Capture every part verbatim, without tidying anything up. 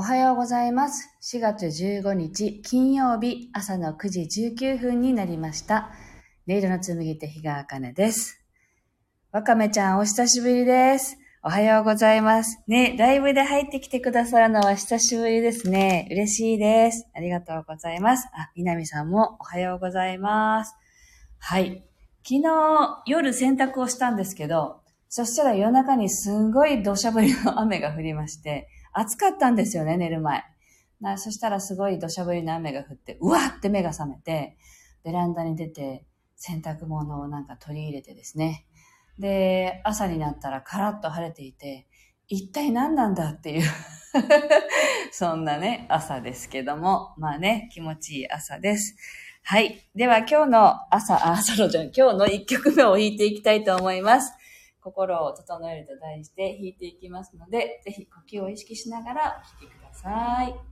はようございます。しがつじゅうごにち金曜日朝のくじじゅうきゅうふんになりました。音色の紡ぎ手日川茜です。わかめちゃんお久しぶりです。おはようございます。ね、ライブで入ってきてくださるのは久しぶりですね。嬉しいです。ありがとうございます。あ、みなみさんもおはようございます。はい。昨日夜洗濯をしたんですけど、そしたら夜中にすんごい土砂降りの雨が降りまして、暑かったんですよね、寝る前。なそしたらすごい土砂降りの雨が降って、うわって目が覚めて、ベランダに出て洗濯物をなんか取り入れてですね。で、朝になったらカラッと晴れていて、一体何なんだっていうそんなね、朝ですけども、まあね、気持ちいい朝です。はい。では今日の朝、あ、ソロじゃん、今日の一曲目を弾いていきたいと思います。心を整えると題して弾いていきますので、ぜひ呼吸を意識しながらお聴きください。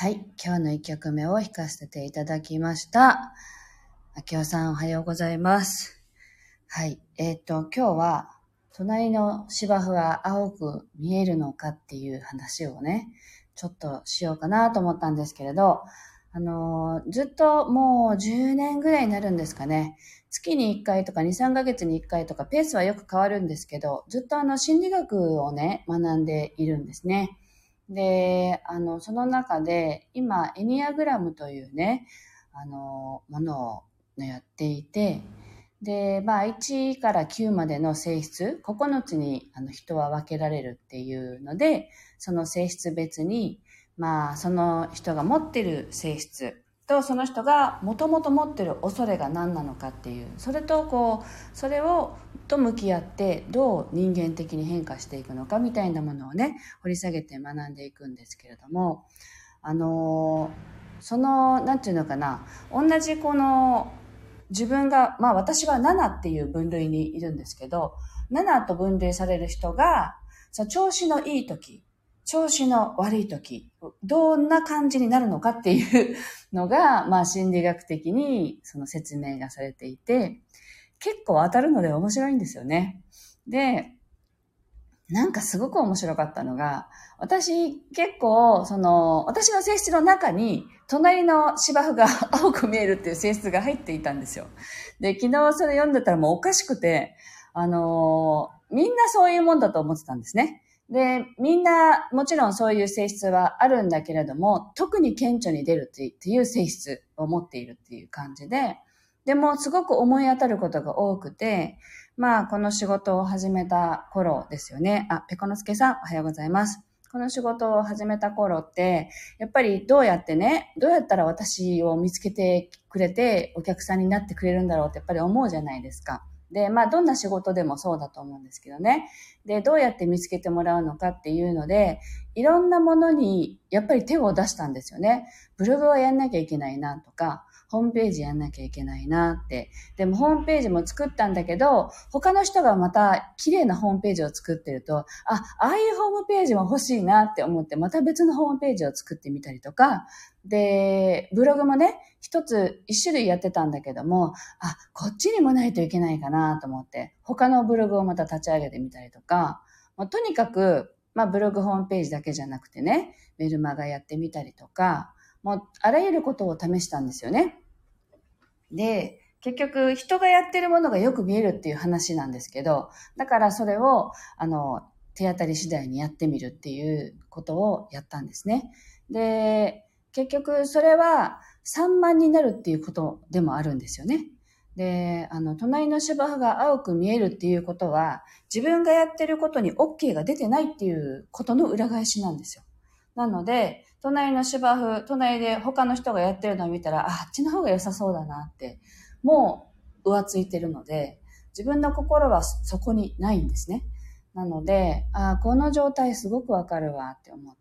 はい、今日のいっきょくめを弾かせていただきました。あきおさんおはようございます。はい、えっと、今日は隣の芝生は青く見えるのかっていう話をね、ちょっとしようかなと思ったんですけれど、あのー、ずっともうじゅうねんぐらいになるんですかね。月にいっかいとかに、さんかげつにいっかいとかペースはよく変わるんですけど、ずっとあの心理学をね、学んでいるんですね。で、あの、その中で、今、エニアグラムというね、あの、ものをやっていて、で、まあ、いちからきゅうまでの性質、ここのつにあの人は分けられるっていうので、その性質別に、まあ、その人が持ってる性質と、その人がもともと持ってる恐れが何なのかっていう、それとこう、それを、と向き合ってどう人間的に変化していくのかみたいなものをね、掘り下げて学んでいくんですけれども、あのそのなんていうのかな、同じこの自分が、まあ私はななっていう分類にいるんですけど、ななと分類される人が、その調子のいい時、調子の悪い時、どんな感じになるのかっていうのが、まあ心理学的にその説明がされていて、結構当たるので面白いんですよね。で、なんかすごく面白かったのが、私結構、その、私の性質の中に、隣の芝生が青く見えるっていう性質が入っていたんですよ。で、昨日それ読んでたらもうおかしくて、あのー、みんなそういうもんだと思ってたんですね。で、みんなもちろんそういう性質はあるんだけれども、特に顕著に出るっていう性質を持っているっていう感じで、でもすごく思い当たることが多くて、まあこの仕事を始めた頃ですよね。あ、ペコノスケさんおはようございます。この仕事を始めた頃って、やっぱりどうやってね、どうやったら私を見つけてくれてお客さんになってくれるんだろうってやっぱり思うじゃないですか。で、まあどんな仕事でもそうだと思うんですけどね。で、どうやって見つけてもらうのかっていうので、いろんなものにやっぱり手を出したんですよね。ブログはやんなきゃいけないなとか、ホームページやんなきゃいけないなって。でもホームページも作ったんだけど、他の人がまた綺麗なホームページを作ってると、あ、ああいうホームページも欲しいなって思って、また別のホームページを作ってみたりとか、で、ブログもね、一つ、一種類やってたんだけども、あ、こっちにもないといけないかなと思って、他のブログをまた立ち上げてみたりとか、まあ、とにかく、まあ、ブログホームページだけじゃなくてね、メルマガやってみたりとか、もう、あらゆることを試したんですよね。で、結局人がやってるものがよく見えるっていう話なんですけど、だからそれを、あの、手当たり次第にやってみるっていうことをやったんですね。で、結局それは散漫になるっていうことでもあるんですよね。で、あの、隣の芝生が青く見えるっていうことは、自分がやってることに OK が出てないっていうことの裏返しなんですよ。なので、隣の芝生、隣で他の人がやってるのを見たら、あ、あっちの方が良さそうだなって、もう浮ついてるので、自分の心はそこにないんですね。なので、あ、この状態すごくわかるわって思って、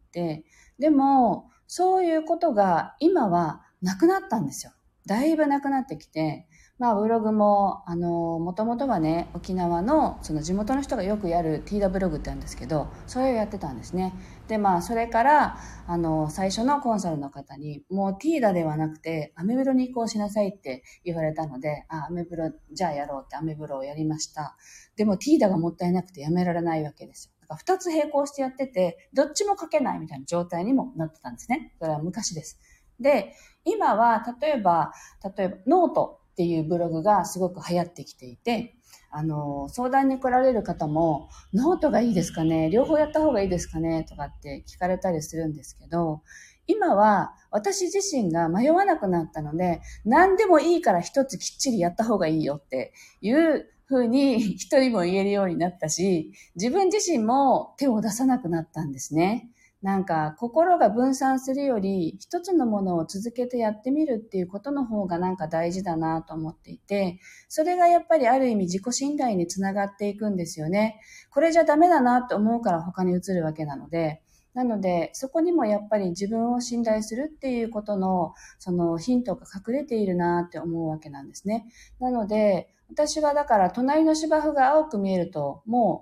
でも、そういうことが今はなくなったんですよ。だいぶなくなってきて、まあブログも、あの、もともとはね、沖縄のその地元の人がよくやるティーダブログってあるんですけど、それをやってたんですね。で、まあそれから、あの、最初のコンサルの方に、もうティーダではなくて、アメブロに移行しなさいって言われたので、あ、アメブロ、じゃあやろうってアメブロをやりました。でもティーダがもったいなくてやめられないわけですよ。だから二つ並行してやってて、どっちも書けないみたいな状態にもなってたんですね。それは昔です。で、今は、例えば、例えば、ノートっていうブログがすごく流行ってきていて、あの、相談に来られる方も、ノートがいいですかね、両方やった方がいいですかねとかって聞かれたりするんですけど、今は私自身が迷わなくなったので、何でもいいから一つきっちりやった方がいいよっていう風に一人も言えるようになったし、自分自身も手を出さなくなったんですね。なんか心が分散するより一つのものを続けてやってみるっていうことの方がなんか大事だなと思っていて、それがやっぱりある意味自己信頼につながっていくんですよね。これじゃダメだなと思うから他に移るわけなので、なのでそこにもやっぱり自分を信頼するっていうことのそのヒントが隠れているなって思うわけなんですね。なので私はだから隣の芝生が青く見えるともう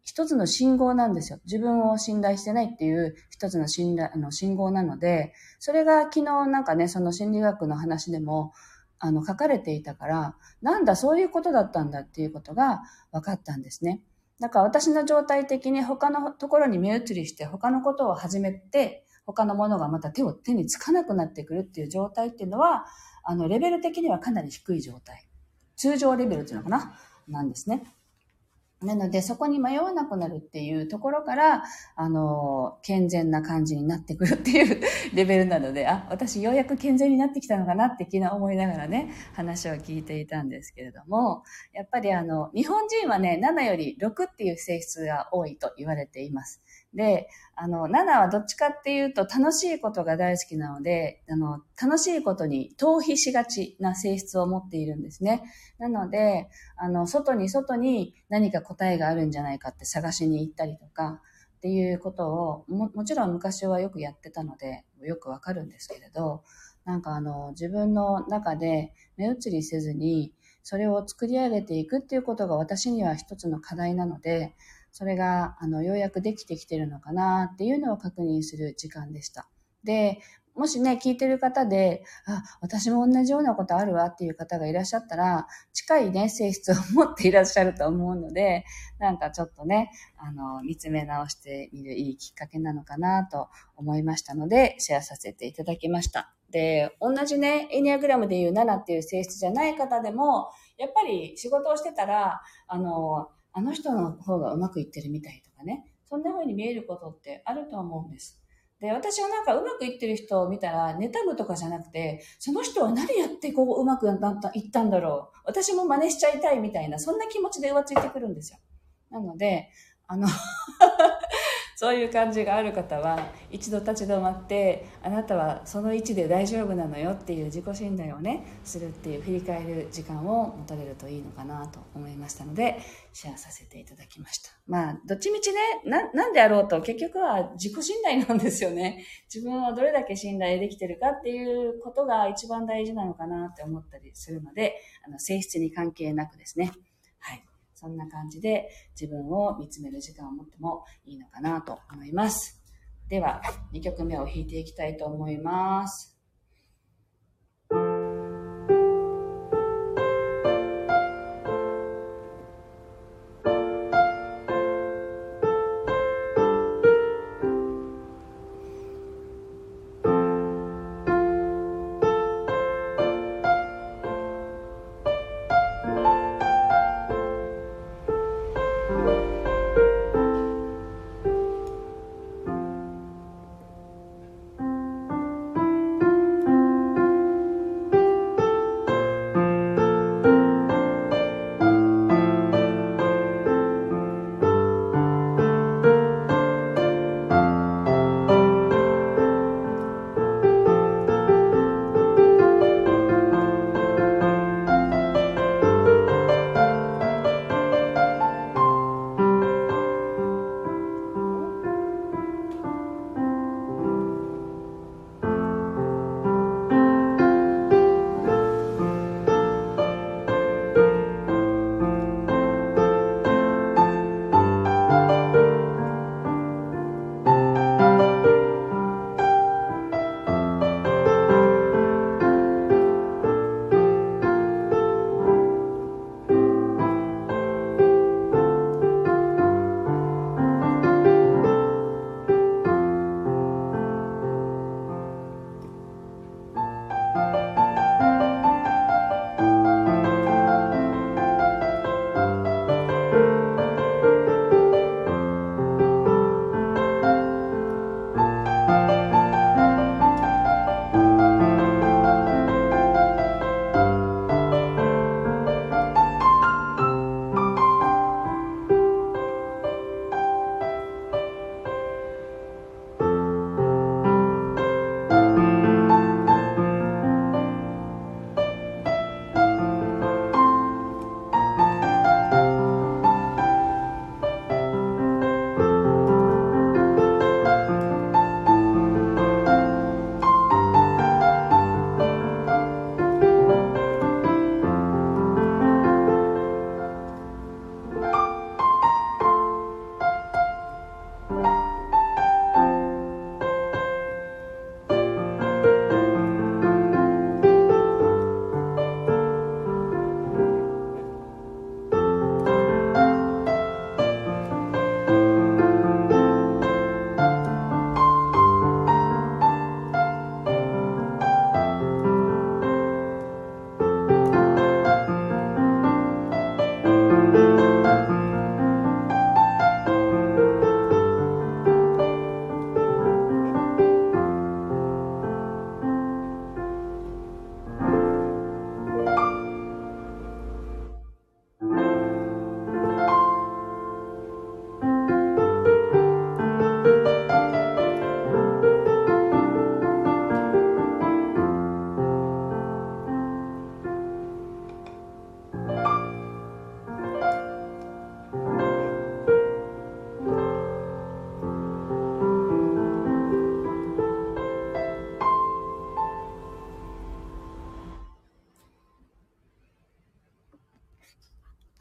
一つの信号なんですよ。自分を信頼してないっていう一つの信頼、あの信号なので、それが昨日なんかね、その心理学の話でも、あの、書かれていたから、なんだ、そういうことだったんだっていうことが分かったんですね。だから私の状態的に他のところに目移りして他のことを始めて、他のものがまた手を手につかなくなってくるっていう状態っていうのは、あの、レベル的にはかなり低い状態。通常レベルっていうのかななんですね。なので、そこに迷わなくなるっていうところから、あの、健全な感じになってくるっていうレベルなので、あ、私ようやく健全になってきたのかなって昨日思いながらね、話を聞いていたんですけれども、やっぱりあの、日本人はね、ななよりろくっていう性質が多いと言われています。で、あの、ななはどっちかっていうと楽しいことが大好きなので、あの、楽しいことに逃避しがちな性質を持っているんですね。なので、あの、外に外に何か答えがあるんじゃないかって探しに行ったりとかっていうことをも、もちろん昔はよくやってたので、よくわかるんですけれど、なんかあの、自分の中で目移りせずに、それを作り上げていくっていうことが私には一つの課題なので、それが、あの、ようやくできてきてるのかなっていうのを確認する時間でした。で、もしね、聞いてる方で、あ、私も同じようなことあるわっていう方がいらっしゃったら、近いね、性質を持っていらっしゃると思うので、なんかちょっとね、あの、見つめ直してみるいいきっかけなのかなと思いましたので、シェアさせていただきました。で、同じね、エニアグラムでいうななっていう性質じゃない方でも、やっぱり仕事をしてたら、あの、あの人の方がうまくいってるみたいとかね、そんな風に見えることってあると思うんです。で、私はなんかうまくいってる人を見たら、妬むとかじゃなくて、その人は何やってこううまくいったんだろう。私も真似しちゃいたいみたいな、そんな気持ちで浮ついてくるんですよ。なので、あの、そういう感じがある方は、一度立ち止まって、あなたはその位置で大丈夫なのよっていう自己信頼をね、するっていう振り返る時間を持たれるといいのかなと思いましたので、シェアさせていただきました。まあ、どっちみちね、な、なんであろうと結局は自己信頼なんですよね。自分はどれだけ信頼できてるかっていうことが一番大事なのかなって思ったりするので、あの、性質に関係なくですね。はい。そんな感じで自分を見つめる時間を持ってもいいのかなと思います。では、にきょくめを弾いていきたいと思います。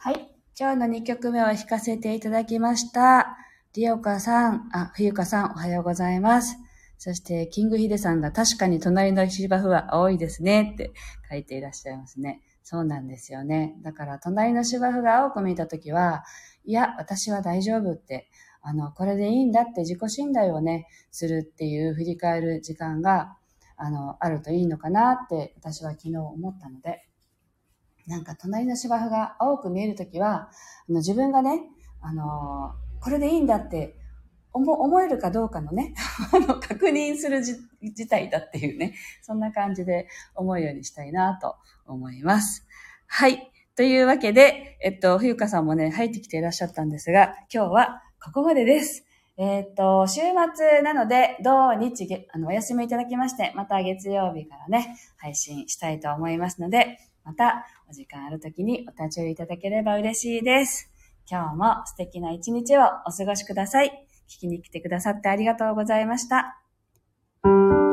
はい。今日のにきょくめを弾かせていただきました。リオカさん、あ、冬香さんおはようございます。そして、キングヒデさんが確かに隣の芝生は青いですねって書いていらっしゃいますね。そうなんですよね。だから、隣の芝生が青く見えたときは、いや、私は大丈夫って、あの、これでいいんだって自己信頼をね、するっていう振り返る時間が、あの、あるといいのかなって私は昨日思ったので、なんか隣の芝生が青く見えるときは、あの自分がね、あのー、これでいいんだって思、思えるかどうかのね、あの確認するじ事態だっていうね、そんな感じで思うようにしたいなと思います。はい。というわけで、えっと、冬香さんもね、入ってきていらっしゃったんですが、今日はここまでです。えっと、週末なので、土日、あの、お休みいただきまして、また月曜日からね、配信したいと思いますので、またお時間あるときにお立ち寄りいただければ嬉しいです。今日も素敵な一日をお過ごしください。聞きに来てくださってありがとうございました。